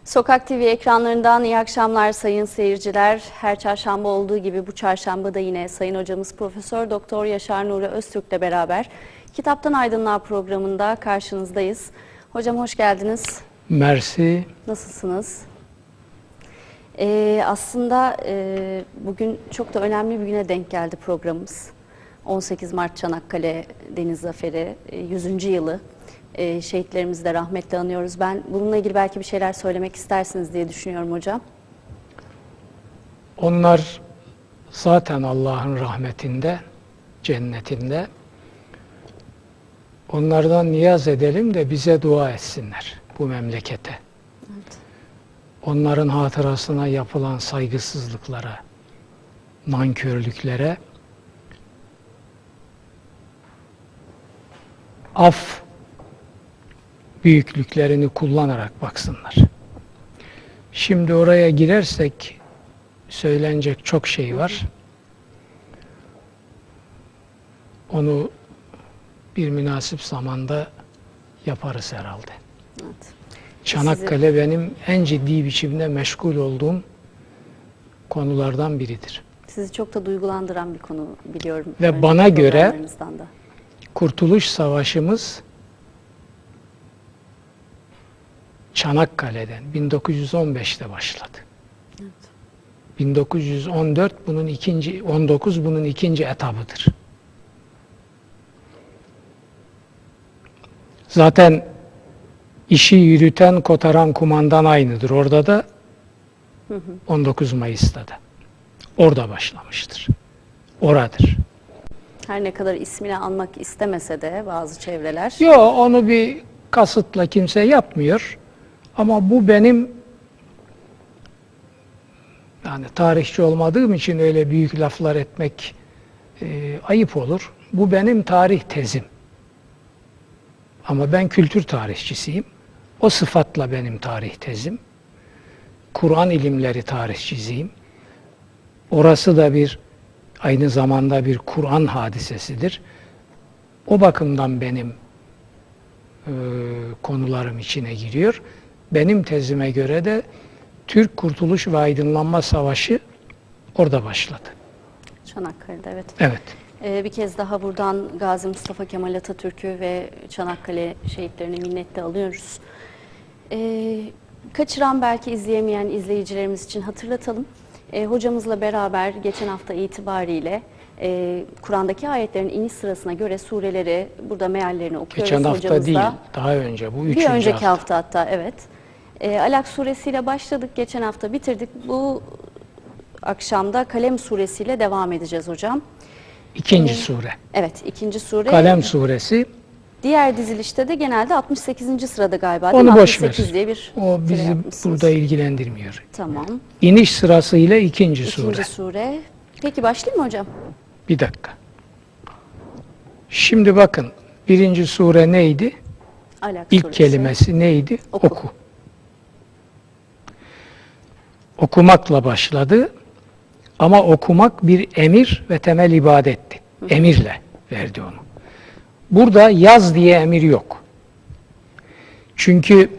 Sokak TV ekranlarından iyi akşamlar sayın seyirciler. Her çarşamba olduğu gibi bu çarşamba da yine sayın hocamız Profesör Doktor Yaşar Nuri Öztürk'le beraber Kitaptan Aydınlığa programında karşınızdayız. Hocam hoş geldiniz. Mersi. Nasılsınız? Aslında bugün çok da önemli bir güne denk geldi programımız. 18 Mart Çanakkale Deniz Zaferi 100. yılı. Şehitlerimizi de rahmetle anıyoruz. Ben bununla ilgili belki bir şeyler söylemek istersiniz diye düşünüyorum hocam. Onlar zaten Allah'ın rahmetinde, cennetinde. Onlardan niyaz edelim de bize dua etsinler bu memlekete. Evet. Onların hatırasına yapılan saygısızlıklara, nankörlüklere af büyüklüklerini kullanarak baksınlar. Şimdi oraya girersek söylenecek çok şey var. Onu bir münasip zamanda yaparız herhalde. Evet. Çanakkale benim en ciddi biçimde meşgul olduğum konulardan biridir. Sizi çok da duygulandıran bir konu biliyorum. Ve bana göre da. Kurtuluş Savaşımız Çanakkale'den 1915'te başladı. Evet. 1914 bunun ikinci, 19 bunun ikinci etabıdır. Zaten işi yürüten, kotaran kumandan aynıdır. Orada da 19 Mayıs'ta da. Orada başlamıştır. Oradır. Her ne kadar ismini almak istemese de bazı çevreler. Yok, onu bir kasıtla kimse yapmıyor. Ama bu benim, yani tarihçi olmadığım için öyle büyük laflar etmek ayıp olur. Bu benim tarih tezim. Ama ben kültür tarihçisiyim. O sıfatla benim tarih tezim. Kur'an ilimleri tarihçisiyim. Orası da aynı zamanda bir Kur'an hadisesidir. O bakımdan benim konularım içine giriyor. Benim tezime göre de Türk Kurtuluş ve Aydınlanma Savaşı orada başladı. Çanakkale'de, evet. Evet. Bir kez daha buradan Gazi Mustafa Kemal Atatürk'ü ve Çanakkale şehitlerini minnetle alıyoruz. Kaçıran, belki izleyemeyen izleyicilerimiz için hatırlatalım. Hocamızla beraber geçen hafta itibariyle Kur'an'daki ayetlerin iniş sırasına göre sureleri, burada meallerini okuyoruz. Geçen hafta hocamızla. değil, daha önce. Bu üçüncü Bir önceki hafta hatta, evet. Alak suresiyle başladık, geçen hafta bitirdik. Bu akşamda Kalem suresiyle devam edeceğiz hocam. İkinci sure. Evet, ikinci sure. Kalem suresi. Diğer dizilişte de genelde 68. sırada galiba. Onu boş ver. Diye bir O bizi burada ilgilendirmiyor. Tamam. İniş sırasıyla ikinci sure. İkinci sure. Peki başlayayım mı hocam? Bir dakika. Şimdi bakın, birinci sure neydi? Alak İlk suresi. kelimesi neydi? Oku. Okumakla başladı. Ama okumak bir emir ve temel ibadetti. Emirle verdi onu. Burada yaz diye emir yok. Çünkü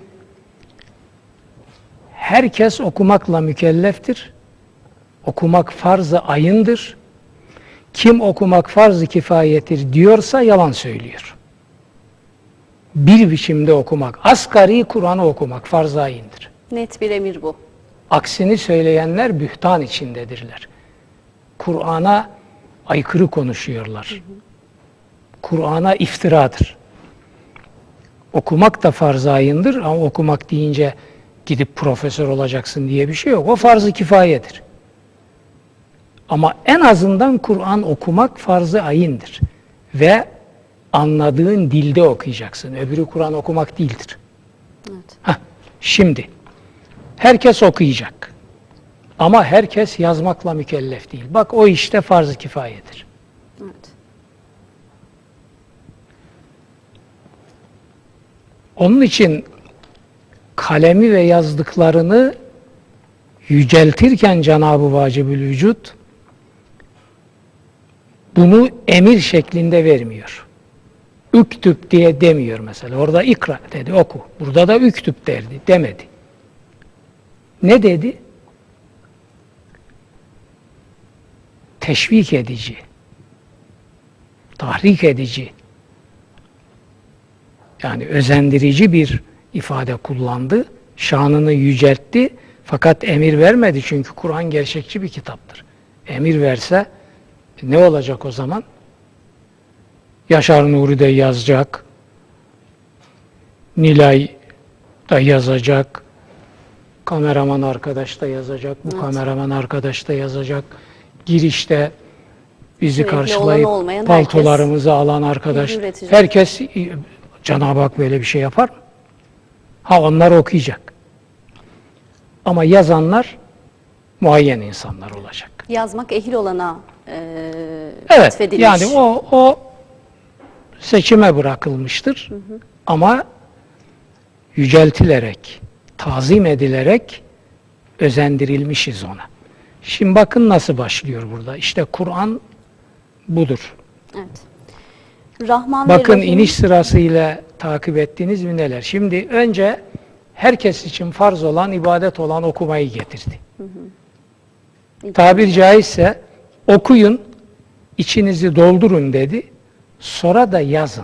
herkes okumakla mükelleftir. Okumak farz-ı ayındır. Kim okumak farz-ı kifayetir diyorsa yalan söylüyor. Bir biçimde okumak, asgari Kur'an'ı okumak farz-ı ayındır. Net bir emir bu. Aksini söyleyenler bühtan içindedirler. Kur'an'a aykırı konuşuyorlar. Kur'an'a iftiradır. Okumak da farz-ı ayındır ama okumak deyince gidip profesör olacaksın diye bir şey yok. O farz-ı kifayedir. Ama en azından Kur'an okumak farz-ı ayındır. Ve anladığın dilde okuyacaksın. Öbürü Kur'an okumak değildir. Evet. Şimdi herkes okuyacak. Ama herkes yazmakla mükellef değil. Bak, o işte farz-ı kifayedir. Evet. Onun için kalemi ve yazdıklarını yüceltirken Cenab-ı Vacibül Vücud bunu emir şeklinde vermiyor. Üktüb diye demiyor mesela. Orada ikra dedi, oku. Burada da üktüb derdi, demedi. Ne dedi? Teşvik edici, tahrik edici, yani özendirici bir ifade kullandı. Şanını yüceltti. Fakat emir vermedi, çünkü Kur'an gerçekçi bir kitaptır. Emir verse ne olacak o zaman? Yaşar Nuri de yazacak, Nilay da yazacak, kameraman arkadaş da yazacak, bu kameraman arkadaş da yazacak, girişte bizi Sürekli karşılayıp olan olmayan paltolarımızı alan arkadaş, bilgi üretecek. herkes, Cenab-ı Hak böyle bir şey yapar mı? Ha, onlar okuyacak. Ama yazanlar muayyen insanlar olacak. Yazmak ehil olana Evet, atfedilmiş. yani o seçime bırakılmıştır. Ama yüceltilerek, tazim edilerek özendirilmişiz ona. Şimdi bakın nasıl başlıyor burada. İşte Kur'an budur. Evet. Rahman Bakın ve Rahim, iniş sırasıyla takip ettiğiniz mi neler? Şimdi önce herkes için farz olan, ibadet olan okumayı getirdi. Tabir caizse okuyun, içinizi doldurun dedi. Sonra da yazın.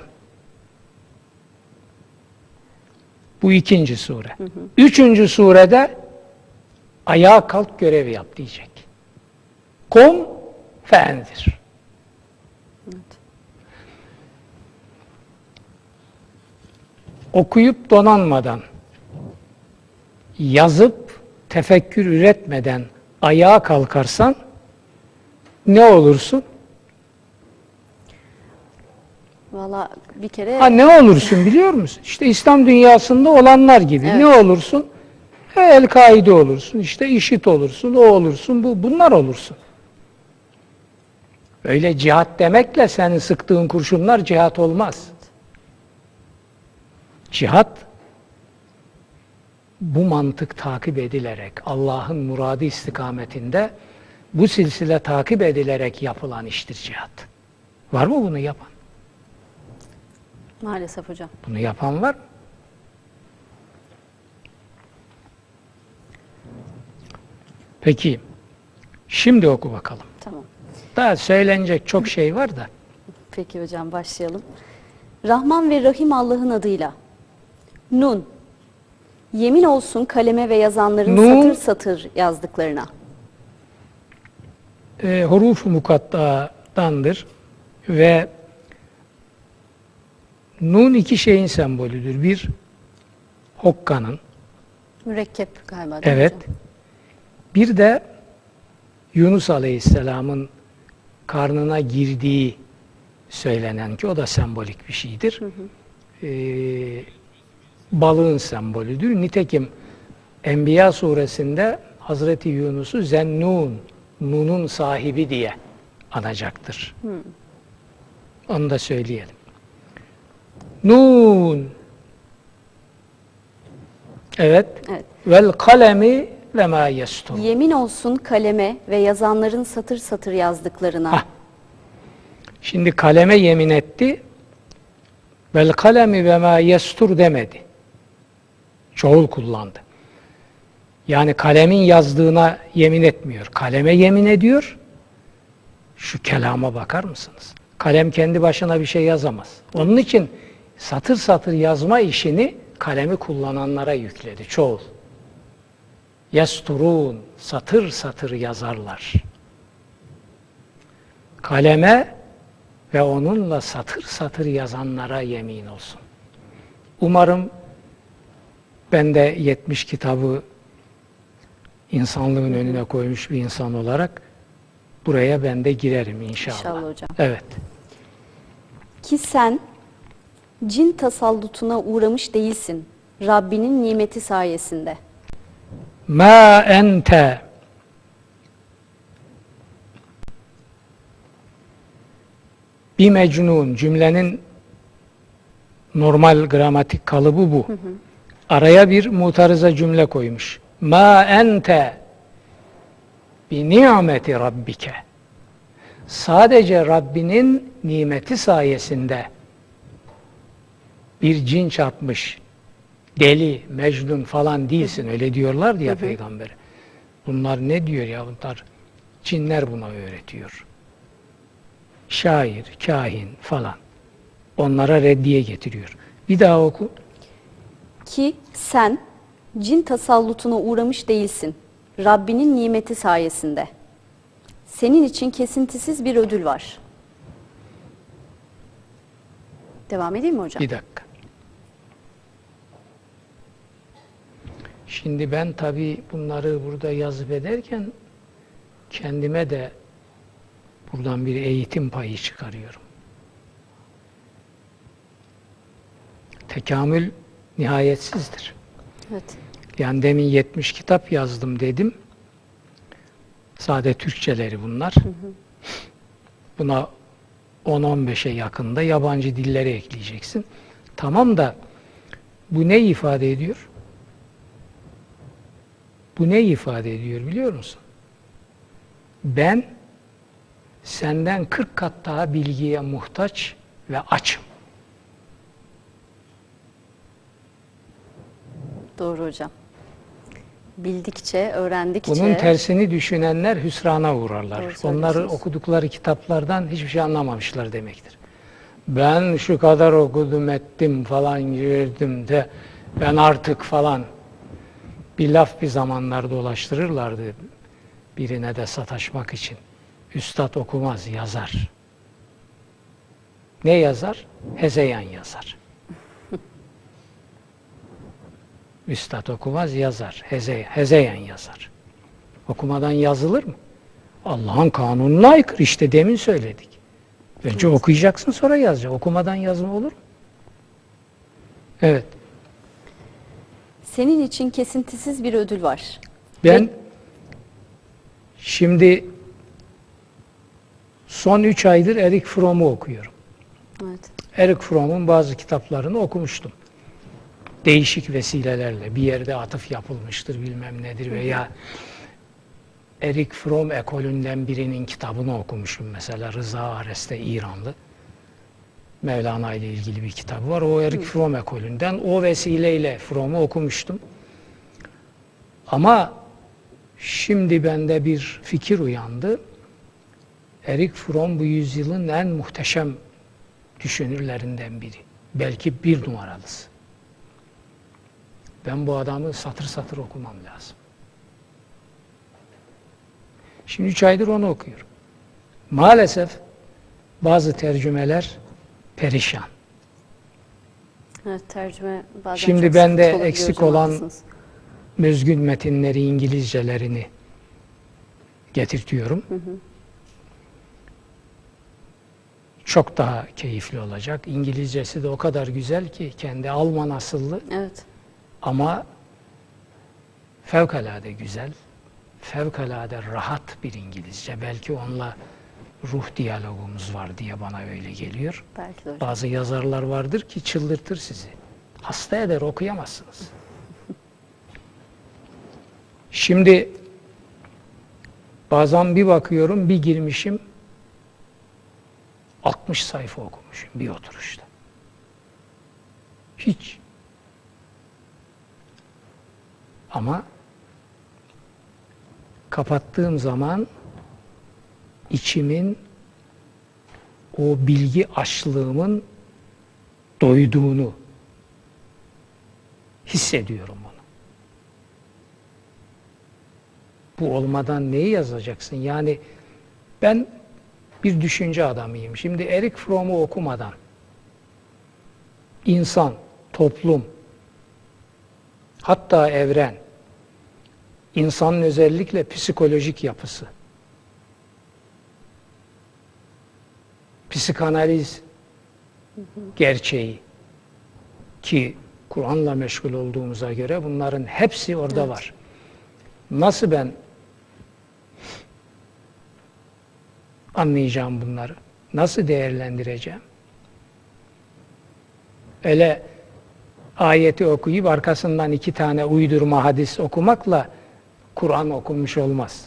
Bu ikinci sure. Üçüncü surede ayağa kalk, görev yap diyecek. Kum feendir. Okuyup donanmadan, yazıp tefekkür üretmeden ayağa kalkarsan ne olursun? Valla bir kere Ha, ne olursun biliyor musun? İşte İslam dünyasında olanlar gibi. Evet. Ne olursun? El-Kaide olursun, işte IŞİD olursun, o olursun, bunlar olursun. Öyle cihat demekle senin sıktığın kurşunlar cihat olmaz. Cihat, bu mantık takip edilerek, Allah'ın muradı istikametinde bu silsile takip edilerek yapılan iştir cihat. Var mı bunu yapan? maalesef hocam. Bunu yapan var mı? Peki, şimdi oku bakalım. Tamam. Daha söylenecek çok şey var da. Peki hocam, başlayalım. Rahman ve Rahim Allah'ın adıyla. Nun. Yemin olsun kaleme ve yazanların Nun. satır satır yazdıklarına. Huruf-u mukattadandır ve nun iki şeyin sembolüdür. Bir, hokkanın, Mürekkep galiba değil mi evet. hocam? Bir Bir de Yunus Aleyhisselam'ın karnına girdiği söylenen ki o da sembolik bir şeydir. Balığın sembolüdür. Nitekim Enbiya suresinde Hazreti Yunus'u Zennun, Nun'un sahibi diye anacaktır. Onu da söyleyelim. Nun. Evet. Evet. Vel kalemi ve ma yestur. Yemin olsun kaleme ve yazanların satır satır yazdıklarına. Hah. Şimdi kaleme yemin etti. Vel kalemi ve ma yestur demedi. Çoğul kullandı. Yani kalemin yazdığına yemin etmiyor. Kaleme yemin ediyor. Şu kelama bakar mısınız? Kalem kendi başına bir şey yazamaz. Onun için satır satır yazma işini kalemi kullananlara yükledi. Çoğul. Yesturun, satır satır yazarlar. Kaleme ve onunla satır satır yazanlara yemin olsun. Umarım ben de 70 kitabı insanlığın önüne koymuş bir insan olarak buraya ben de girerim inşallah. İnşallah hocam. Evet. Ki sen cin tasallutuna uğramış değilsin. Rabbinin nimeti sayesinde. Ma ente bi mecnun, cümlenin normal gramatik kalıbı bu. Araya bir mutarıza cümle koymuş. Ma ente bi nimeti rabbike. Sadece Rabbinin nimeti sayesinde bir cin çarpmış deli, mecnun falan değilsin. Öyle diyorlardı ya Peygamber'e. Bunlar ne diyor ya? Bunlar cinler buna öğretiyor. Şair, kahin falan. Onlara reddiye getiriyor. Bir daha oku. Ki sen cin tasallutuna uğramış değilsin. Rabbinin nimeti sayesinde. Senin için kesintisiz bir ödül var. Devam edeyim mi hocam? Bir dakika. Şimdi ben tabii bunları burada yazıp ederken kendime de buradan bir eğitim payı çıkarıyorum. Tekamül nihayetsizdir. Evet. Yani demin 70 kitap yazdım dedim. Sade Türkçeleri bunlar. Buna 10-15'e yakında yabancı dilleri ekleyeceksin. Tamam da bu ne ifade ediyor? Bu ne ifade ediyor biliyor musun? Ben senden 40 kat daha bilgiye muhtaç ve açım. Doğru hocam. Bildikçe, öğrendikçe... Bunun tersini düşünenler hüsrana uğrarlar. Doğru Onlar söylüyorsunuz. okudukları kitaplardan hiçbir şey anlamamışlar demektir. Ben şu kadar okudum ettim falan girdim de ben artık falan bir laf bir zamanlar dolaştırırlardı birine de sataşmak için. Üstad okumaz, yazar. Ne yazar? Hezeyan yazar. Üstad okumaz, yazar. Hezeyan yazar. Okumadan yazılır mı? Allah'ın kanununa aykırı. İşte demin söyledik. Önce okuyacaksın, sonra yazacaksın. Okumadan yazma olur mu? Evet. Senin için kesintisiz bir ödül var. Ben şimdi son 3 aydır Erich Fromm'u okuyorum. Evet. Erich Fromm'un bazı kitaplarını okumuştum. Değişik vesilelerle bir yerde atıf yapılmıştır bilmem nedir veya Erich Fromm ekolünden birinin kitabını okumuşum mesela Rıza Areste İranlı. Mevlana ile ilgili bir kitabı var. O Erich Fromm ekolünden o vesileyle Fromm'u okumuştum. Ama şimdi bende bir fikir uyandı. Erich Fromm bu yüzyılın en muhteşem düşünürlerinden biri. Belki bir numaralısı. Ben bu adamı satır satır okumam lazım. Şimdi 3 aydır onu okuyorum. Maalesef bazı tercümeler perişan. Evet, tercüme bazen Şimdi çok bende sıkıntılı eksik hocam, olan haklısınız. mezgün metinleri, İngilizcelerini getirtiyorum. Çok daha keyifli olacak. İngilizcesi de o kadar güzel ki kendi Alman asıllı Evet. ama fevkalade güzel, fevkalade rahat bir İngilizce. Belki onunla ruh diyalogumuz var diye bana öyle geliyor. Belki de hocam. Bazı yazarlar vardır ki çıldırtır sizi. Hasta eder, okuyamazsınız. Şimdi bazen bir bakıyorum, bir girmişim 60 sayfa okumuşum bir oturuşta. Hiç. Ama kapattığım zaman içimin o bilgi açlığımın doyduğunu hissediyorum onu. Bu olmadan neyi yazacaksın? Yani ben bir düşünce adamıyım. Şimdi Erich Fromm'u okumadan insan, toplum, hatta evren, insanın özellikle psikolojik yapısı, psikanaliz gerçeği ki Kur'an'la meşgul olduğumuza göre bunların hepsi orada var. Nasıl ben anlayacağım bunları? Nasıl değerlendireceğim? Öyle ayeti okuyup arkasından 2 tane uydurma hadis okumakla Kur'an okunmuş olmaz.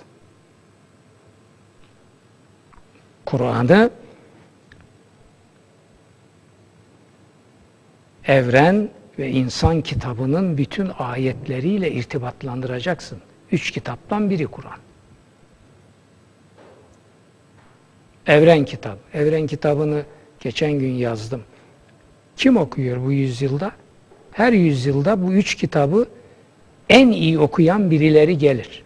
Kur'an'ı evren ve insan kitabının bütün ayetleriyle irtibatlandıracaksın. 3 kitaptan biri Kur'an. Evren kitabı. Evren kitabını geçen gün yazdım. Kim okuyor bu yüzyılda? Her yüzyılda bu 3 kitabı en iyi okuyan birileri gelir.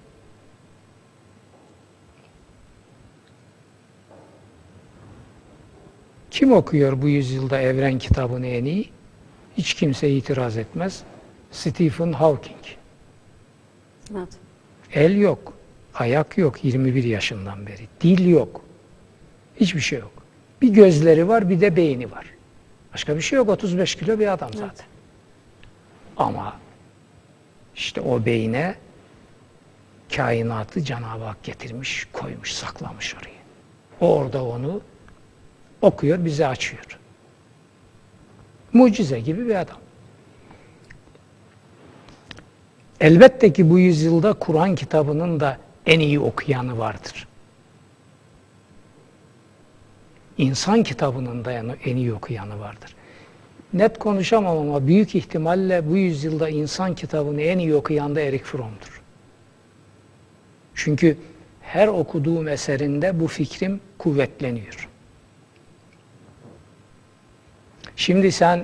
Kim okuyor bu yüzyılda Evren kitabını en iyi? Hiç kimse itiraz etmez. Stephen Hawking. Evet. El yok, ayak yok 21 yaşından beri. Dil yok. Hiçbir şey yok. Bir gözleri var, bir de beyni var. Başka bir şey yok. 35 kilo bir adam zaten. Evet. Ama işte o beyne kainatı Cenab-ı Hak getirmiş, koymuş, saklamış oraya. O orada onu okuyor, bize açıyor. Mucize gibi bir adam. Elbette ki bu yüzyılda Kur'an kitabının da en iyi okuyanı vardır. İnsan kitabının da en iyi okuyanı vardır. Net konuşamam ama büyük ihtimalle bu yüzyılda insan kitabını en iyi okuyan da Erich Fromm'dur. Çünkü her okuduğum eserinde bu fikrim kuvvetleniyor. Şimdi sen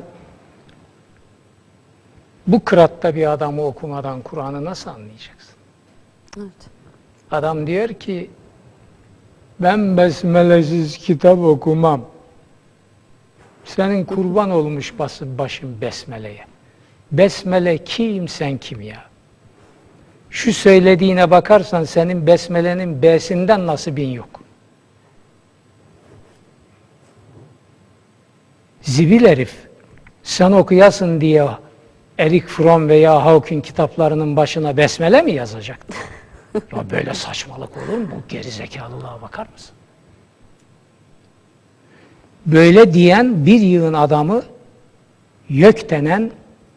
bu kıratta bir adamı okumadan Kur'an'ı nasıl anlayacaksın? Evet. Adam diyor ki ben besmelesiz kitap okumam. Senin kurban olmuş başın besmeleye. Besmele kim, sen kim ya? Şu söylediğine bakarsan senin besmelenin B'sinden nasibin yok. Zibil herif, sen okuyasın diye Erich Fromm veya Hawking kitaplarının başına besmele mi yazacaktı? Ya böyle saçmalık olur mu? Bu gerizekalılığa bakar mısın? Böyle diyen bir yığın adamı YÖK denen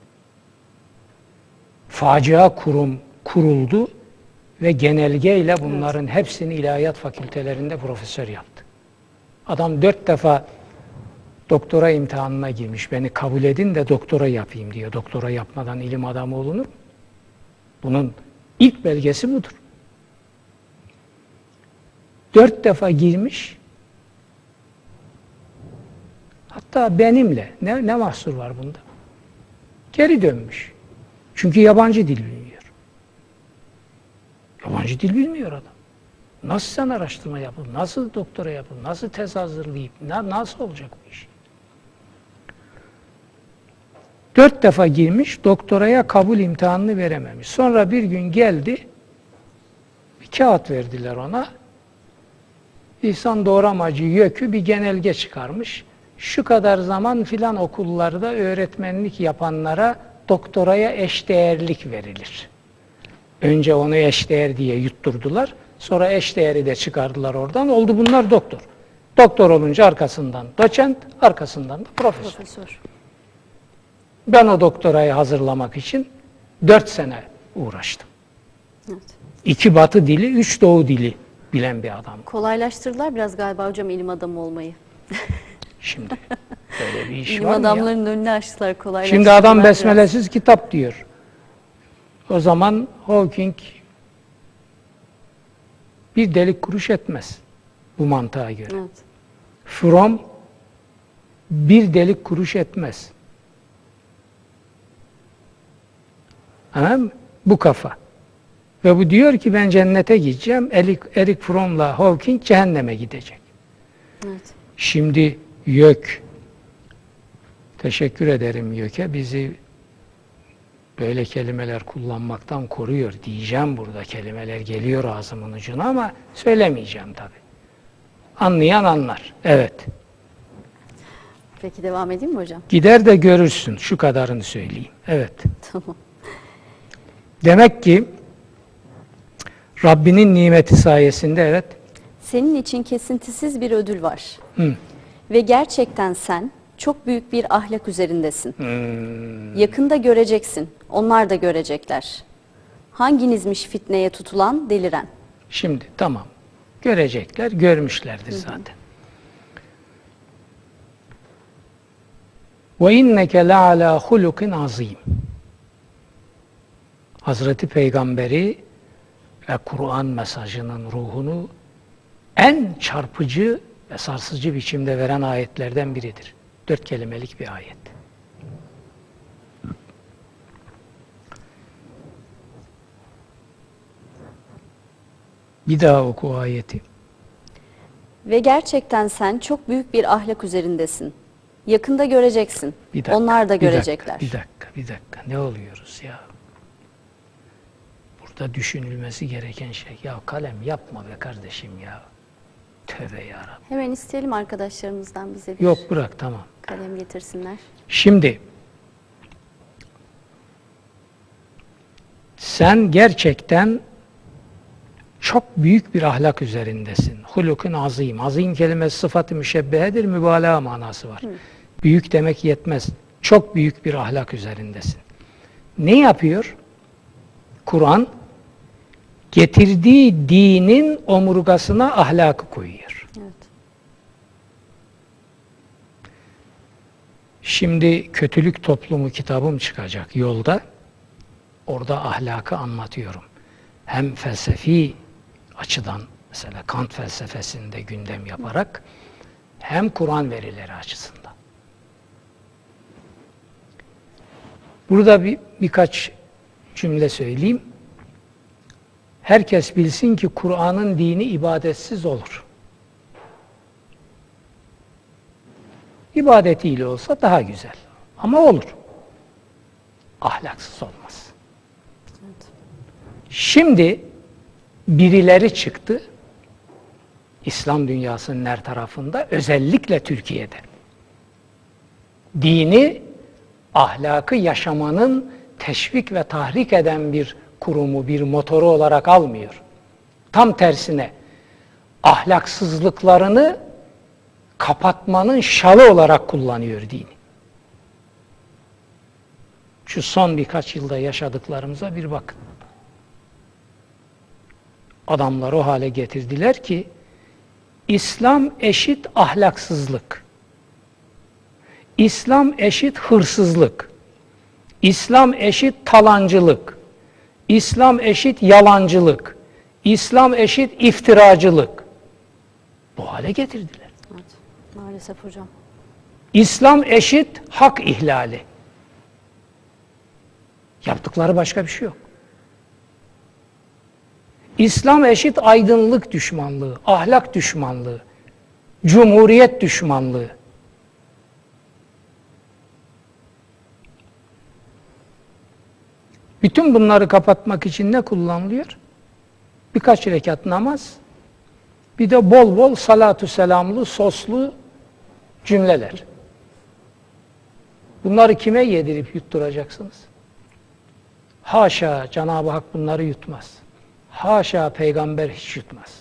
facia kurum kuruldu ve genelgeyle bunların hepsini ilahiyat fakültelerinde profesör yaptı. Adam 4 defa doktora imtihanına girmiş. Beni kabul edin de doktora yapayım diyor. Doktora yapmadan ilim adamı olunur mu? Bunun ilk belgesi budur. 4 defa girmiş. Hatta benimle. Ne mahsur var bunda? Geri dönmüş. Çünkü yabancı dil bilmiyor. Yabancı dil bilmiyor adam. Nasıl sen araştırma yapın? Nasıl doktora yapın? Nasıl tez hazırlayıp? Nasıl olacak bu iş? 4 defa girmiş, doktoraya kabul imtihanını verememiş. Sonra bir gün geldi, bir kağıt verdiler ona. İhsan Doğramacı YÖK'ü bir genelge çıkarmış. Şu kadar zaman filan okullarda öğretmenlik yapanlara doktoraya eşdeğerlik verilir. Önce onu eşdeğer diye yutturdular. Sonra eşdeğeri de çıkardılar oradan. Oldu bunlar doktor. Doktor olunca arkasından doçent, arkasından da profesör. Ben o doktorayı hazırlamak için 4 sene uğraştım. Evet. 2 Batı dili, 3 Doğu dili bilen bir adam. Kolaylaştırdılar biraz galiba hocam ilim adamı olmayı. Şimdi böyle bir iş İlim var mı ya? adamlarının önünü açtılar, kolaylaştırdılar. Şimdi adam besmelesiz biraz kitap diyor. O zaman Hawking bir delik kuruş etmez bu mantığa göre. Evet. Fromm bir delik kuruş etmez. Anladın mı? Bu kafa. Ve bu diyor ki ben cennete gideceğim. Erich Fromm'la Hawking cehenneme gidecek. Evet. Şimdi YÖK, teşekkür ederim YÖK'e, bizi böyle kelimeler kullanmaktan koruyor. Diyeceğim burada, kelimeler geliyor ağzımın ucuna ama söylemeyeceğim tabii. Anlayan anlar. Evet. Peki devam edeyim mi hocam? Gider de görürsün. Şu kadarını söyleyeyim. Evet. Tamam. Demek ki Rabbinin nimeti sayesinde evet. Senin için kesintisiz bir ödül var. Hı. Ve gerçekten sen çok büyük bir ahlak üzerindesin. Yakında göreceksin. Onlar da görecekler. Hanginizmiş fitneye tutulan, deliren? Şimdi tamam. Görecekler, görmüşlerdir zaten. Ve inneke le'alâ hulukin azîm. Hazreti Peygamberi ve Kur'an mesajının ruhunu en çarpıcı ve sarsıcı biçimde veren ayetlerden biridir. 4 kelimelik bir ayet. Bir daha oku ayeti. Ve gerçekten sen çok büyük bir ahlak üzerindesin. Yakında göreceksin. Bir dakika, Onlar da bir görecekler. dakika. Ne oluyoruz ya? Burada düşünülmesi gereken şey. Ya kalem yapma be kardeşim ya. Tövbe yarabbim. Hemen isteyelim arkadaşlarımızdan bize bir Yok bırak, tamam. kalem getirsinler. Şimdi sen gerçekten çok büyük bir ahlak üzerindesin. Hulukun azim. Azim kelimesi sıfat-ı müşebbehedir, mübalağa manası var. Büyük demek yetmez. Çok büyük bir ahlak üzerindesin. Ne yapıyor? Kur'an getirdiği dinin omurgasına ahlakı koyuyor. Evet. Şimdi Kötülük Toplumu kitabım çıkacak yolda. Orada ahlakı anlatıyorum. Hem felsefi açıdan, mesela Kant felsefesinde gündem yaparak, hem Kur'an verileri açısından. Burada birkaç cümle söyleyeyim. Herkes bilsin ki Kur'an'ın dini ibadetsiz olur. İbadetiyle olsa daha güzel. Ama olur. Ahlaksız olmaz. Evet. Şimdi birileri çıktı, İslam dünyasının her tarafında, özellikle Türkiye'de. Dini, ahlakı yaşamanın teşvik ve tahrik eden bir kurumu, bir motoru olarak almıyor. Tam tersine, ahlaksızlıklarını kapatmanın şalı olarak kullanıyor dini. Şu son birkaç yılda yaşadıklarımıza bir bakın. Adamlar o hale getirdiler ki İslam eşit ahlaksızlık. İslam eşit hırsızlık. İslam eşit talancılık. İslam eşit yalancılık. İslam eşit iftiracılık. Bu hale getirdiler. Evet. Maalesef hocam. İslam eşit hak ihlali. Yaptıkları başka bir şey yok. İslam eşit aydınlık düşmanlığı, ahlak düşmanlığı, cumhuriyet düşmanlığı. Bütün bunları kapatmak için ne kullanılıyor? Birkaç rekat namaz, bir de bol bol salatü selamlı, soslu cümleler. Bunları kime yedirip yutturacaksınız? Haşa, Cenab-ı Hak bunları yutmaz. Haşa, peygamber hiç yutmaz.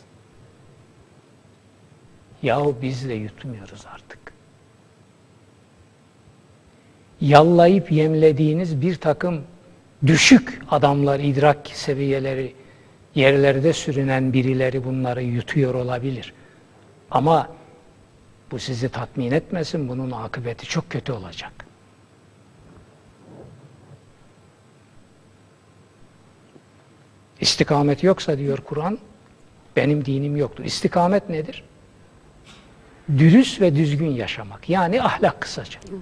Yahu biz de yutmuyoruz artık. Yallayıp yemlediğiniz bir takım düşük adamlar, idrak seviyeleri, yerlerde sürünen birileri bunları yutuyor olabilir. Ama bu sizi tatmin etmesin, bunun akıbeti çok kötü olacak. İstikamet yoksa diyor Kur'an, benim dinim yoktur. İstikamet nedir? Dürüst ve düzgün yaşamak. Yani ahlak kısaca. Evet.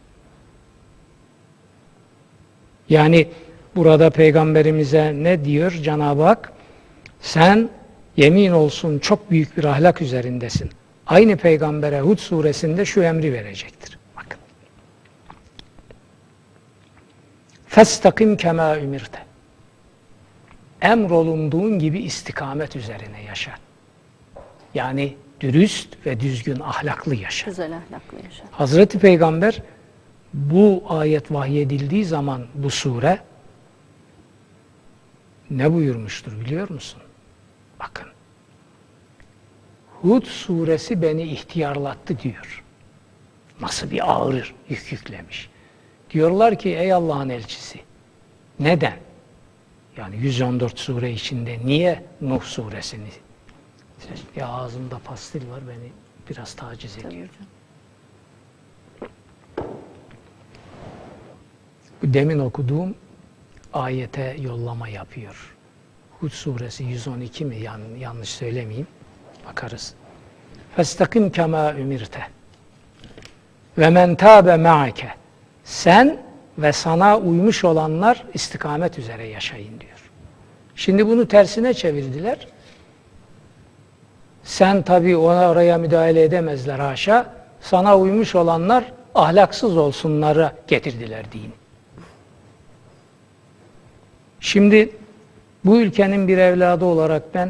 Yani burada Peygamberimize ne diyor Cenab-ı Hak? Sen yemin olsun çok büyük bir ahlak üzerindesin. Aynı Peygamber'e Hud suresinde şu emri verecektir. Bakın. Festakim kema ümirte. Emrolunduğun gibi istikamet üzerine yaşa. Yani dürüst ve düzgün, ahlaklı yaşa. Güzel ahlaklı yaşa. Hazreti Peygamber bu ayet vahyedildiği zaman bu sure ne buyurmuştur biliyor musun? Bakın. Hud suresi beni ihtiyarlattı diyor. Nasıl bir ağır yük yüklemiş. Diyorlar ki ey Allah'ın elçisi, neden? Yani 114 sure içinde niye Nuh suresini? Ya ağzımda pastil var, beni biraz taciz ediyor. bu demin okuduğum ayete yollama yapıyor. Hud suresi 112 mi? Yanlış söylemeyeyim. Bakarız. Festakim kema ümirte ve men tabe ma'ake. Sen ve sana uymuş olanlar istikamet üzere yaşayın diyor. Şimdi bunu tersine çevirdiler. Sen tabii oraya müdahale edemezler haşa. Sana uymuş olanlar ahlaksız olsunları getirdiler din. Şimdi bu ülkenin bir evladı olarak ben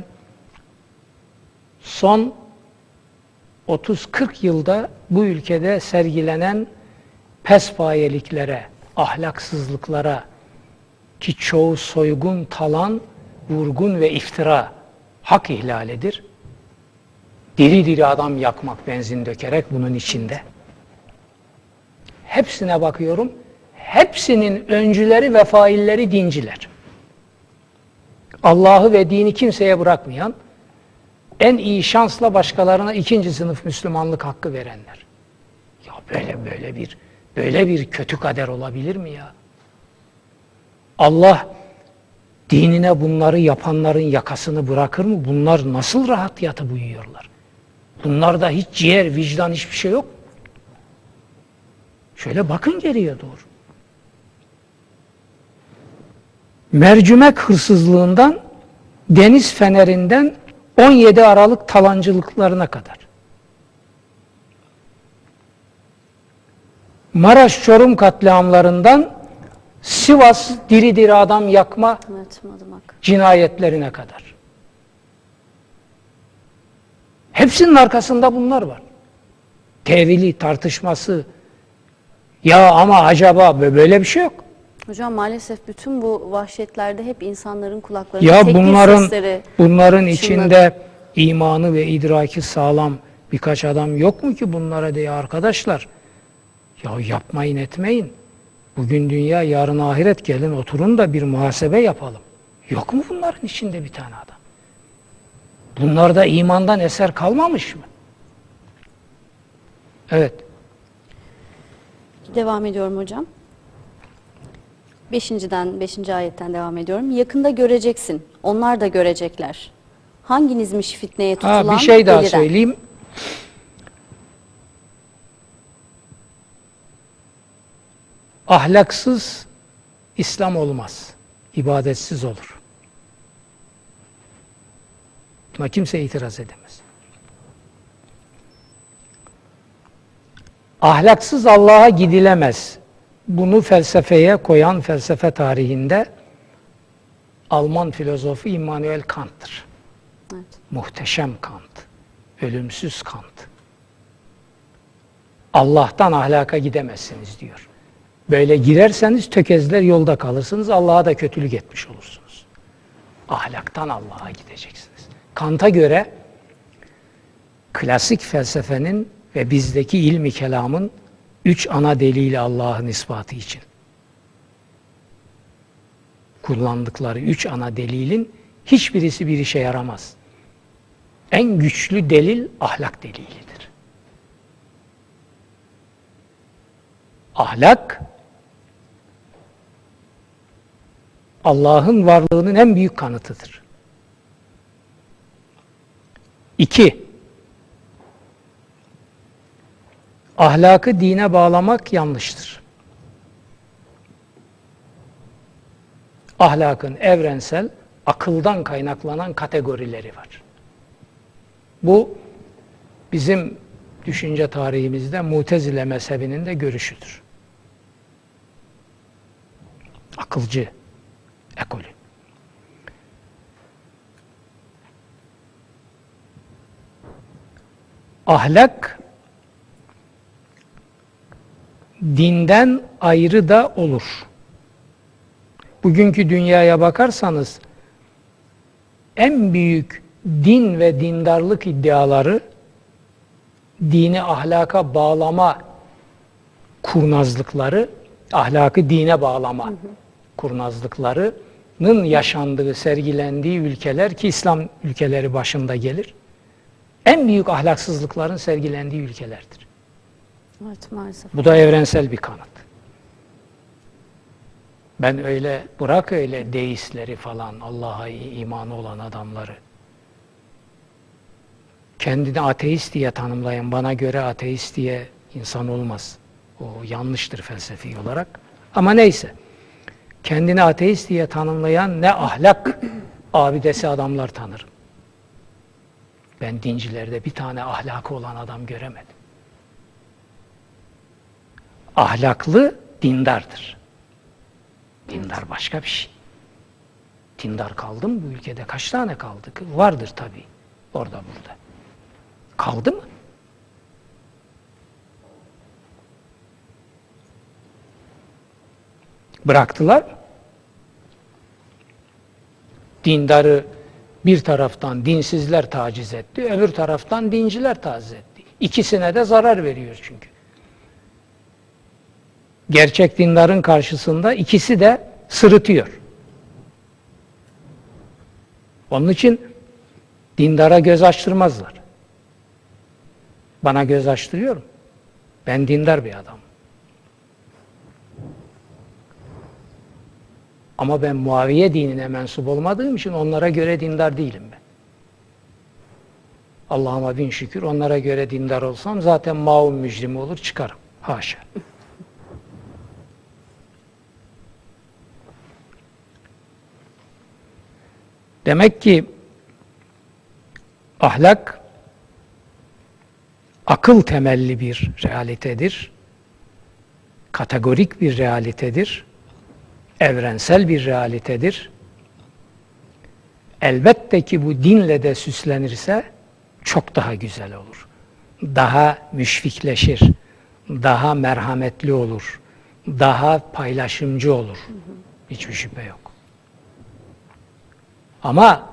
son 30-40 yılda bu ülkede sergilenen pespayeliklere, ahlaksızlıklara ki çoğu soygun, talan, vurgun ve iftira hak ihlalidir. Diri diri adam yakmak benzin dökerek bunun içinde. Hepsine bakıyorum. Hepsinin öncüleri ve failleri dinciler. Allah'ı ve dini kimseye bırakmayan, en iyi şansla başkalarına ikinci sınıf Müslümanlık hakkı verenler. Ya böyle bir kötü kader olabilir mi ya? Allah dinine bunları yapanların yakasını bırakır mı? Bunlar nasıl rahat yatıp uyuyorlar? Bunlarda hiç ciğer, vicdan, hiçbir şey yok. Şöyle bakın geriye doğru. Mercimek hırsızlığından, deniz fenerinden 17 Aralık talancılıklarına kadar. Maraş Çorum katliamlarından Sivas diri diri adam yakma cinayetlerine kadar. Hepsinin arkasında bunlar var. Tevili, tartışması, ya ama acaba böyle bir şey yok. Hocam maalesef bütün bu vahşetlerde hep insanların kulaklarında tekbir sesleri. Bunların içinde imanı ve idraki sağlam birkaç adam yok mu ki bunlara diye arkadaşlar? Ya yapmayın etmeyin. Bugün dünya, yarın ahiret, gelin oturun da bir muhasebe yapalım. Yok mu bunların içinde bir tane adam? Bunlarda imandan eser kalmamış mı? Evet. Devam ediyorum hocam. 5. ayetten devam ediyorum. Yakında göreceksin. Onlar da görecekler. Hanginizmiş fitneye tutulan bir şey daha deliren. söyleyeyim. Ahlaksız İslam olmaz. İbadetsiz olur. Buna kimse itiraz edemez. Ahlaksız Allah'a gidilemez. Bunu felsefeye koyan, felsefe tarihinde Alman filozofu Immanuel Kant'tır. Evet. Muhteşem Kant. Ölümsüz Kant. Allah'tan ahlaka gidemezsiniz diyor. Böyle girerseniz tökezler yolda kalırsınız. Allah'a da kötülük etmiş olursunuz. Ahlaktan Allah'a gideceksiniz. Kant'a göre klasik felsefenin ve bizdeki ilmi kelamın 3 ana delili Allah'ın ispatı için kullandıkları 3 ana delilin hiçbirisi bir işe yaramaz. En güçlü delil ahlak delilidir. Ahlak Allah'ın varlığının en büyük kanıtıdır. 2. Ahlakı dine bağlamak yanlıştır. Ahlakın evrensel, akıldan kaynaklanan kategorileri var. Bu bizim düşünce tarihimizde Mutezile mezhebinin de görüşüdür. Akılcı ekolü. Ahlak dinden ayrı da olur. Bugünkü dünyaya bakarsanız en büyük din ve dindarlık iddiaları dini ahlaka bağlama kurnazlıkları, ahlakı dine bağlama kurnazlıklarının yaşandığı, sergilendiği ülkeler ki İslam ülkeleri başında gelir. En büyük ahlaksızlıkların sergilendiği ülkelerdir. Evet, maalesef. Bu da evrensel bir kanıt. Ben öyle, bırak öyle deistleri falan, Allah'a imanı olan adamları. Kendini ateist diye tanımlayan, bana göre ateist diye insan olmaz. O yanlıştır felsefi olarak. Ama neyse. Kendini ateist diye tanımlayan ne ahlak abidesi adamlar tanırım. Ben dincilerde bir tane ahlakı olan adam göremedim. Ahlaklı dindardır. Dindar başka bir şey. Dindar kaldı mı bu ülkede? Kaç tane kaldı? Vardır tabii. Orada burada. Kaldı mı? Bıraktılar mı? Dindarı bir taraftan dinsizler taciz etti, öbür taraftan dinciler taciz etti. İkisine de zarar veriyor çünkü. Gerçek dindarın karşısında ikisi de sırıtıyor. Onun için dindara göz açtırmazlar. Bana göz açtırıyorum. Ben dindar bir adamım. Ama ben Muaviye dinine mensup olmadığım için onlara göre dindar değilim ben. Allah'ıma bin şükür onlara göre dindar olsam zaten maun mücrimi olur çıkarım. Haşa. Demek ki ahlak akıl temelli bir realitedir. Kategorik bir realitedir. Evrensel bir realitedir. Elbette ki bu dinle de süslenirse çok daha güzel olur. Daha müşfikleşir, daha merhametli olur, daha paylaşımcı olur. Hiçbir şüphe yok. Ama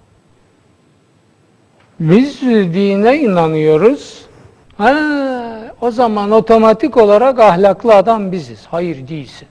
biz dine inanıyoruz. O zaman otomatik olarak ahlaklı adam biziz. Hayır değilsin.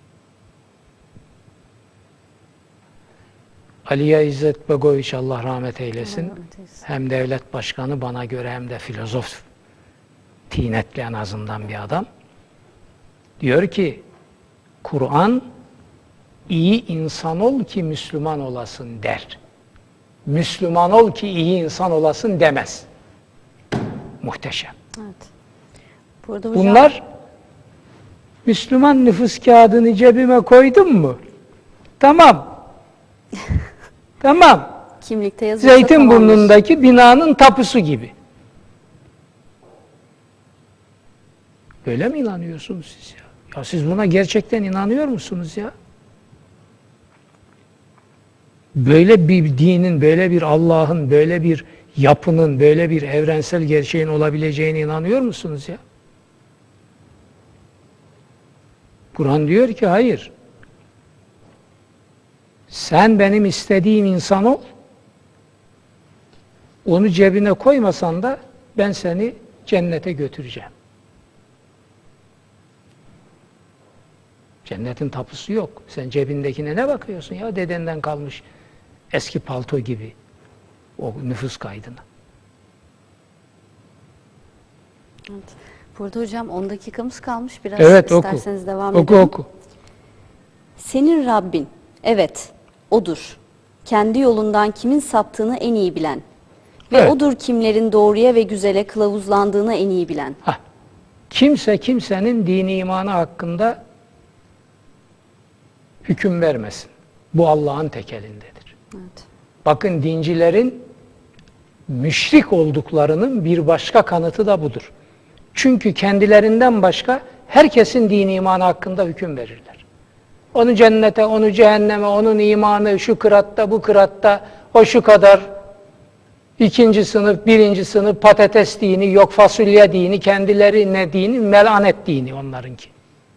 Aliye İzzet Begoviç Allah rahmet eylesin. Hem devlet başkanı bana göre hem de filozof, tinetli en azından bir adam. Diyor ki Kur'an iyi insan ol ki Müslüman olasın der. Müslüman ol ki iyi insan olasın demez. Muhteşem. Evet. Burada hocam... Bunlar Müslüman nüfus kağıdını cebime koydum mu? Tamam. Tamam. Kimlikte yazıyorsa Zeytinburnu'ndaki binanın tapusu gibi. Böyle mi inanıyorsunuz siz ya? Ya siz buna gerçekten inanıyor musunuz ya? Böyle bir dinin, böyle bir Allah'ın, böyle bir yapının, böyle bir evrensel gerçeğin olabileceğine inanıyor musunuz ya? Kur'an diyor ki hayır. Sen benim istediğim insan ol. Onu cebine koymasan da ben seni cennete götüreceğim. Cennetin tapusu yok. Sen cebindekine ne bakıyorsun ya? Dedenden kalmış eski palto gibi o nüfus kaydına. Evet. Burada hocam 10 dakikamız kalmış. Biraz evet, isterseniz oku. devam oku, edelim. Oku. Senin Rabbin, evet, O'dur. Kendi yolundan kimin saptığını en iyi bilen. Ve Evet. O'dur kimlerin doğruya ve güzele kılavuzlandığını en iyi bilen. Kimse kimsenin dini imanı hakkında hüküm vermesin. Bu Allah'ın tek elindedir. Evet. Bakın dincilerin müşrik olduklarının bir başka kanıtı da budur. Çünkü kendilerinden başka herkesin dini imanı hakkında hüküm verirler. Onu cennete, onu cehenneme, onun imanı şu kıratta, bu kıratta, o şu kadar, ikinci sınıf, birinci sınıf patates dini, yok fasulye dini, kendileri ne dini? Melanet dini onlarınki.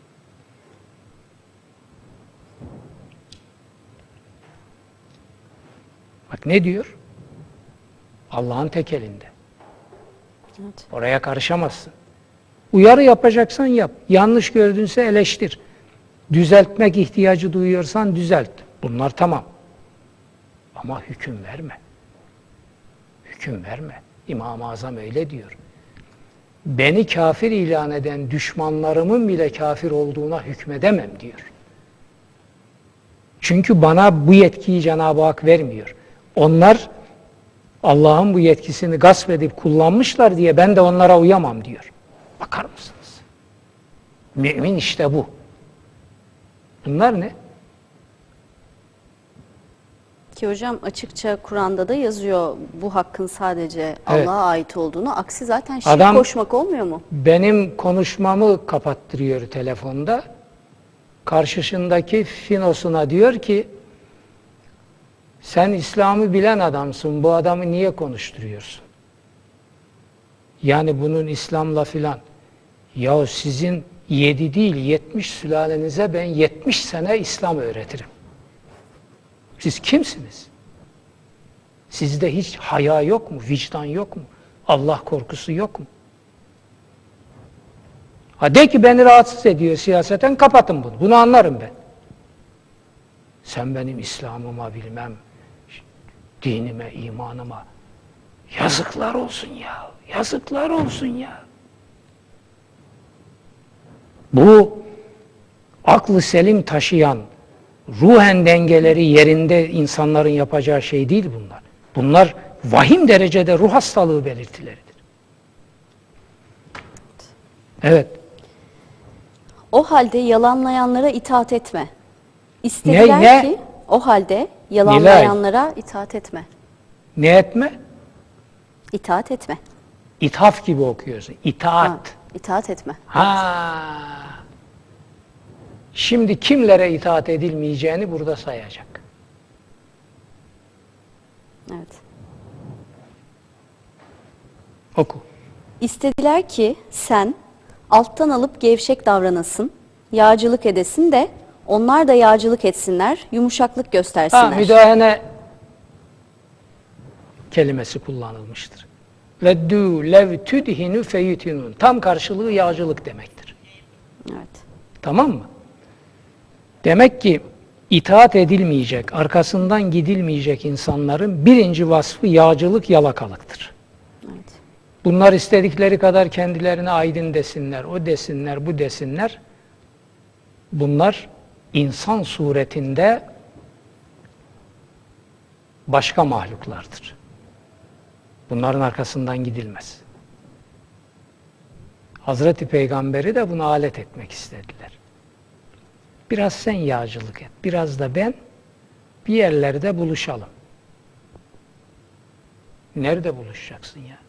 Bak ne diyor? Allah'ın tek elinde. Evet. Oraya karışamazsın. Uyarı yapacaksan yap. Yanlış gördünse eleştir. Düzeltmek ihtiyacı duyuyorsan düzelt. Bunlar tamam. Ama hüküm verme. Hüküm verme. İmam-ı Azam öyle diyor. Beni kafir ilan eden düşmanlarımın bile kafir olduğuna hükmedemem diyor. Çünkü bana bu yetkiyi Cenab-ı Hak vermiyor. Onlar Allah'ın bu yetkisini gasp edip kullanmışlar diye ben de onlara uyamam diyor. Bakar mısınız? Mümin işte bu. Bunlar ne? Ki hocam açıkça Kur'an'da da yazıyor bu hakkın sadece Evet. Allah'a ait olduğunu. Aksi zaten şirk Adam- koşmak olmuyor mu? Benim konuşmamı kapattırıyor telefonda. Karşısındaki finosuna diyor ki sen İslam'ı bilen adamsın, bu adamı niye konuşturuyorsun? Yani bunun İslam'la filan. Ya sizin 7 değil 70 sülalenize ben 70 sene İslam öğretirim. Siz kimsiniz? Sizde hiç haya yok mu? Vicdan yok mu? Allah korkusu yok mu? Ha de ki beni rahatsız ediyor siyaseten, kapatın bunu. Bunu anlarım ben. Sen benim İslam'ıma bilmem, dinime, imanıma. Yazıklar olsun ya. Yazıklar olsun ya. Bu aklı selim taşıyan, ruhen dengeleri yerinde insanların yapacağı şey değil bunlar. Bunlar vahim derecede ruh hastalığı belirtileridir. Evet. O halde yalanlayanlara itaat etme. İstediler Ne? ki o halde yalanlayanlara itaat etme. Ne etme? İtaat etme. İthaf gibi okuyorsun. İtaat. Ha, itaat etme. Ha. Şimdi kimlere itaat edilmeyeceğini burada sayacak. Evet. Oku. İstediler ki sen alttan alıp gevşek davranasın, yağcılık edesin de onlar da yağcılık etsinler, yumuşaklık göstersinler. Müdahale kelimesi kullanılmıştır. Veddû lev tüdhinu feyutinun. Tam karşılığı yağcılık demektir. Evet. Tamam mı? Demek ki itaat edilmeyecek, arkasından gidilmeyecek insanların birinci vasfı yağcılık, yalakalıktır. Evet. Bunlar istedikleri kadar kendilerine aydın desinler, o desinler, bu desinler. Bunlar insan suretinde başka mahluklardır. Bunların arkasından gidilmez. Hazreti Peygamber'i de buna alet etmek istediler. Biraz sen yağcılık et, biraz da ben bir yerlerde buluşalım. Nerede buluşacaksın ya?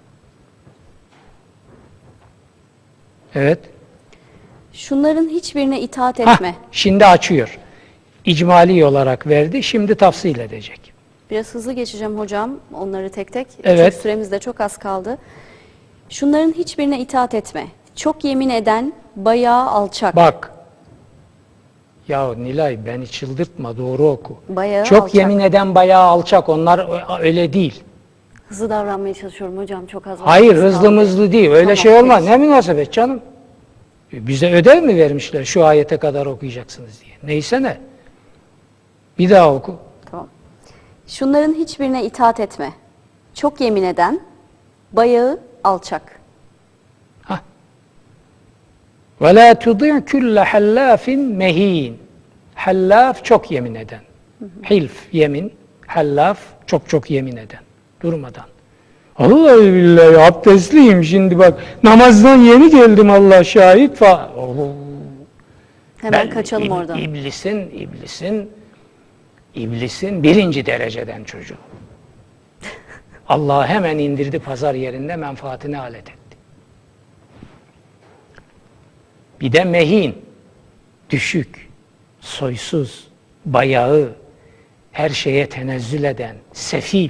Evet. Şunların hiçbirine itaat etme. Şimdi açıyor. İcmali olarak verdi, şimdi tafsil edecek. Biraz hızlı geçeceğim hocam onları tek tek. Evet. Çünkü süremiz de çok az kaldı. Şunların hiçbirine itaat etme. Çok yemin eden bayağı alçak. Bak. Ya Nilay beni çıldırtma, doğru oku. Bayağı Çok alçak. yemin eden bayağı alçak, onlar öyle değil. Hızlı davranmaya çalışıyorum hocam, çok az Hayır, vaktimiz hızlı kaldı. mızlı değil, öyle Tamam, şey olmaz. peki. Ne münasebet canım? Bize ödev mi vermişler şu ayete kadar okuyacaksınız diye? Neyse ne? Bir daha oku. Tamam. Şunların hiçbirine itaat etme. Çok yemin eden bayağı alçak. وَلَا تُضِعْ كُلَّ حَلَّافٍ مَه۪ينٍ. Hallaf çok yemin eden. Hilf, yemin. Hallaf çok yemin eden. Durmadan. Allah billahi abdestliyim şimdi bak. Namazdan yeni geldim Allah şahit falan. Hemen kaçalım oradan. İblisin birinci dereceden çocuğu. Allah hemen indirdi pazar yerinde, menfaatini alet etti. Bir de mehin, düşük, soysuz, bayağı, her şeye tenezzül eden, sefil.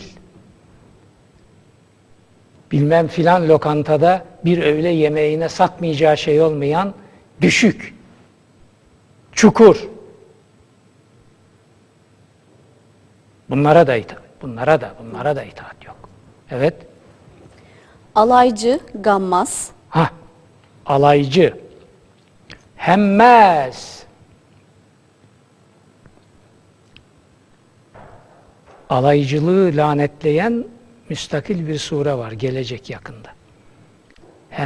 Bilmem filan lokantada bir öğle yemeğine satmayacağı şey olmayan, düşük, çukur. Bunlara da itaat yok. Evet. Alaycı, gammaz. Alaycı, hemmez. Alaycılığı lanetleyen müstakil bir sure var gelecek yakında.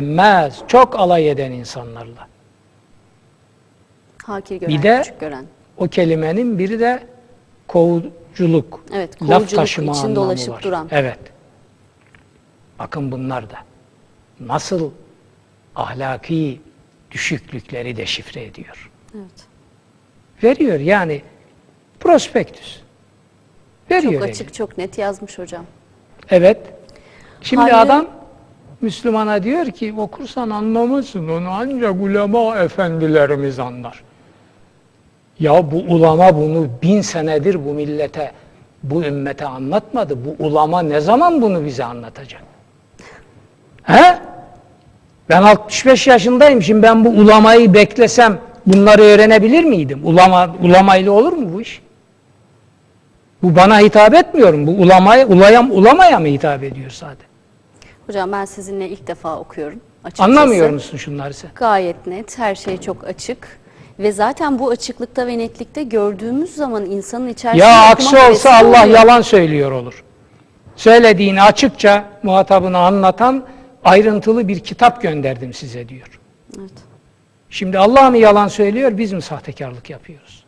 Hemmez, çok alay eden insanlarla. Hakir gören, Bir de küçük gören. O kelimenin biri de kovuculuk, Evet, laf kovuculuk taşıma için anlamı dolaşıp var. duran. Evet. Bakın bunlar da nasıl ahlaki düşüklükleri deşifre ediyor. Evet. Veriyor yani prospektüs. Veriyor Çok eline. açık, çok net yazmış hocam. Evet. Şimdi Hayır. adam Müslümana diyor ki okursan anlamazsın onu ancak ulema efendilerimiz anlar. Ya bu ulama bunu 1000 senedir bu millete, bu ümmete anlatmadı. Bu ulama ne zaman bunu bize anlatacak? He? Ben 65 yaşındayım. Şimdi ben bu ulamayı beklesem bunları öğrenebilir miydim? Ulamayla olur mu bu iş? Bu bana hitap etmiyor mu? Bu ulamaya mı hitap ediyor sadece? Hocam ben sizinle ilk defa okuyorum açıkçası. Anlamıyor musun şunları sen? Gayet net, her şey çok açık. Ve zaten bu açıklıkta ve netlikte gördüğümüz zaman insanın içerisinde Ya okuma aksi hevesi olsa Allah oluyor. yalan söylüyor olur. Söylediğini açıkça muhatabına anlatan ayrıntılı bir kitap gönderdim size diyor. Evet. Şimdi Allah mı yalan söylüyor, biz mi sahtekarlık yapıyoruz?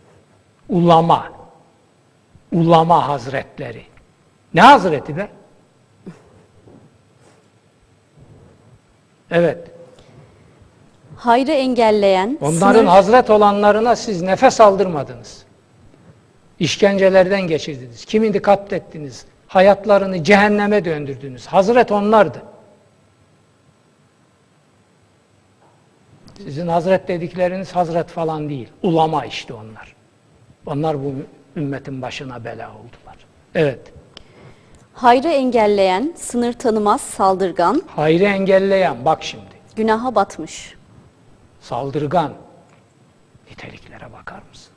Ulama hazretleri. Ne hazreti be? Evet. Hayrı engelleyen, Onların hazret olanlarına siz nefes aldırmadınız. İşkencelerden geçirdiniz. Kimini katlettiniz. Hayatlarını cehenneme döndürdünüz. Hazret onlardı. Sizin hazret dedikleriniz hazret falan değil. Ulama işte onlar. Onlar bu ümmetin başına bela oldular. Evet. hayrı engelleyen, sınır tanımaz, saldırgan, Hayrı engelleyen, bak şimdi. günaha batmış. Saldırgan. Niteliklere bakar mısın?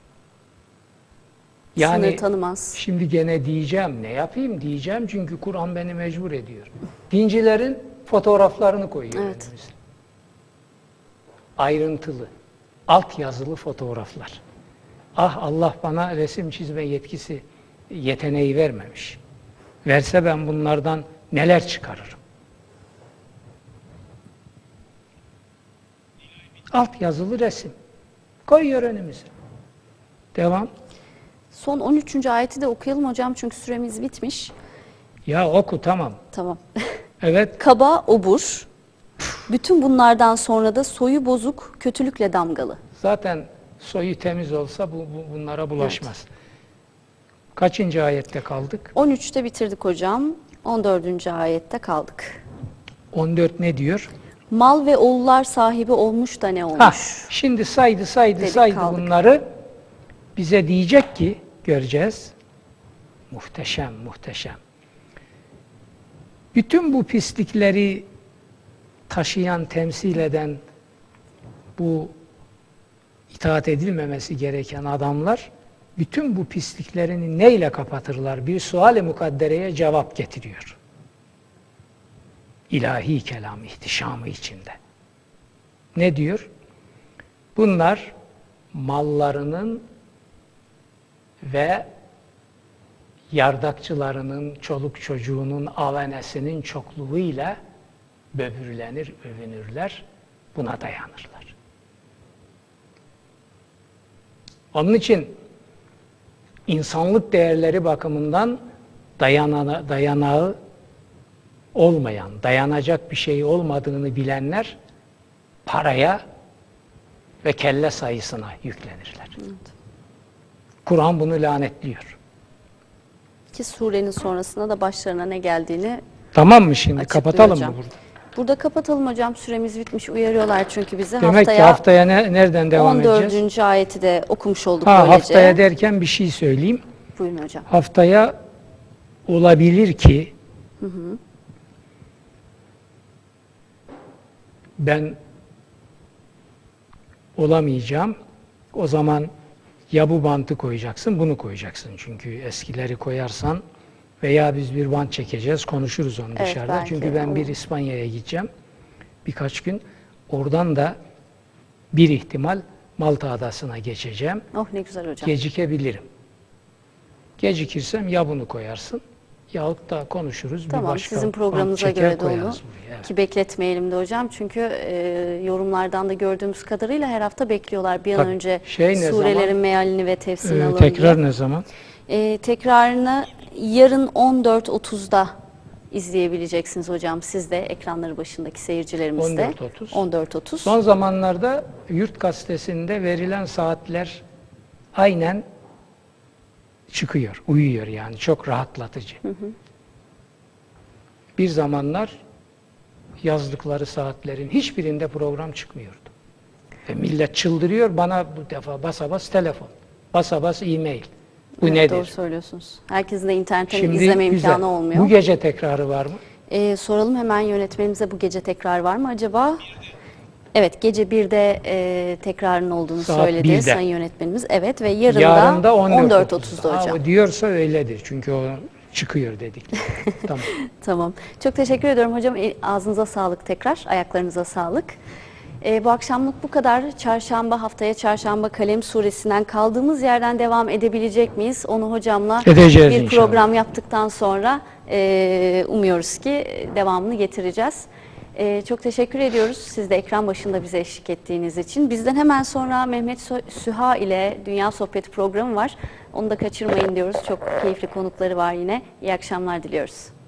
Sınır tanımaz. Şimdi gene diyeceğim, ne yapayım diyeceğim çünkü Kur'an beni mecbur ediyor. Dincilerin fotoğraflarını koyuyor Evet. önümüze. Ayrıntılı, alt yazılı fotoğraflar. Ah Allah bana resim çizme yeteneği vermemiş. Verse ben bunlardan neler çıkarırım. Alt yazılı resim. Koyuyor önümüze. Devam. Son 13. ayeti de okuyalım hocam çünkü süremiz bitmiş. Ya oku tamam. Tamam. Evet. Kaba, obur. Bütün bunlardan sonra da soyu bozuk, kötülükle damgalı. Zaten soyu temiz olsa bunlara bulaşmaz. Kaçıncı ayette kaldık? 13'te bitirdik hocam. 14. ayette kaldık. 14 ne diyor? Mal ve oğullar sahibi olmuş da ne olmuş? Ha, şimdi saydı Dedik, saydı kaldık. bunları. Bize diyecek ki, göreceğiz. Muhteşem, muhteşem. Bütün bu pislikleri taşıyan, temsil eden, bu itaat edilmemesi gereken adamlar, bütün bu pisliklerini neyle kapatırlar? Bir sual-i mukaddereye cevap getiriyor. İlahi kelam ihtişamı içinde. Ne diyor? Bunlar mallarının ve yardakçılarının, çoluk çocuğunun, avenesinin çokluğuyla böbürlenir, övünürler, buna dayanırlar. Onun için insanlık değerleri bakımından dayanağı olmayan, dayanacak bir şey olmadığını bilenler paraya ve kelle sayısına yüklenirler. Evet. Kur'an bunu lanetliyor. Ki surenin sonrasında da başlarına ne geldiğini Tamam mı şimdi? açıklıyor Kapatalım hocam. mı burada? Burada kapatalım hocam. Süremiz bitmiş. Uyarıyorlar çünkü bizi. Demek ki haftaya nereden devam 14. edeceğiz? ayeti de okumuş olduk böylece. Haftaya derken bir şey söyleyeyim. Buyurun hocam. Haftaya olabilir ki ben olamayacağım. O zaman ya bu bantı koyacaksın, bunu koyacaksın. Çünkü eskileri koyarsan veya biz bir bant çekeceğiz, konuşuruz onu Evet, dışarıda. belki Çünkü ben olur. bir İspanya'ya gideceğim birkaç gün. Oradan da bir ihtimal Malta Adası'na geçeceğim. Oh ne güzel hocam. Gecikebilirim. Gecikirsem ya bunu koyarsın Yahut da konuşuruz. Tamam, bir başka sizin programınıza bant göre çeker de onu koyarız buraya. Evet. ki bekletmeyelim de hocam. Çünkü yorumlardan da gördüğümüz kadarıyla her hafta bekliyorlar. Bir an Tabii. önce Ne surelerin zaman? mealini ve tefsirini alalım Tekrar diye. ne zaman? Tekrarını yarın 14.30'da izleyebileceksiniz hocam. Siz de ekranları başındaki seyircilerimiz de. 14.30. 14.30. Son zamanlarda Yurt Gazetesi'nde verilen saatler aynen çıkıyor, uyuyor yani. Çok rahatlatıcı. Bir zamanlar yazdıkları saatlerin hiçbirinde program çıkmıyordu. Ve millet çıldırıyor, bana bu defa basa bas telefon, basa bas e-mail. Bu Evet, nedir? doğru söylüyorsunuz. Herkesin de internetten Şimdi izleme güzel. imkanı olmuyor. Bu gece tekrarı var mı? Soralım hemen yönetmenimize, bu gece tekrar var mı acaba? Evet, gece 1'de tekrarın olduğunu Saat söyledi 1'de. sayın yönetmenimiz. Evet ve yarın Yarın da da 14.30'da 14.30'da hocam. O diyorsa öyledir çünkü o çıkıyor dedik. Tamam. Tamam. Çok teşekkür ediyorum hocam. Ağzınıza sağlık tekrar. Ayaklarınıza sağlık. Bu akşamlık bu kadar. Çarşamba, haftaya Çarşamba Kalem Suresi'nden kaldığımız yerden devam edebilecek miyiz? Onu hocamla Edeceğiz bir inşallah. program yaptıktan sonra umuyoruz ki devamını getireceğiz. Çok teşekkür ediyoruz. Siz de ekran başında bize eşlik ettiğiniz için. Bizden hemen sonra Mehmet Süha ile Dünya Sohbeti programı var. Onu da kaçırmayın diyoruz. Çok keyifli konukları var yine. İyi akşamlar diliyoruz.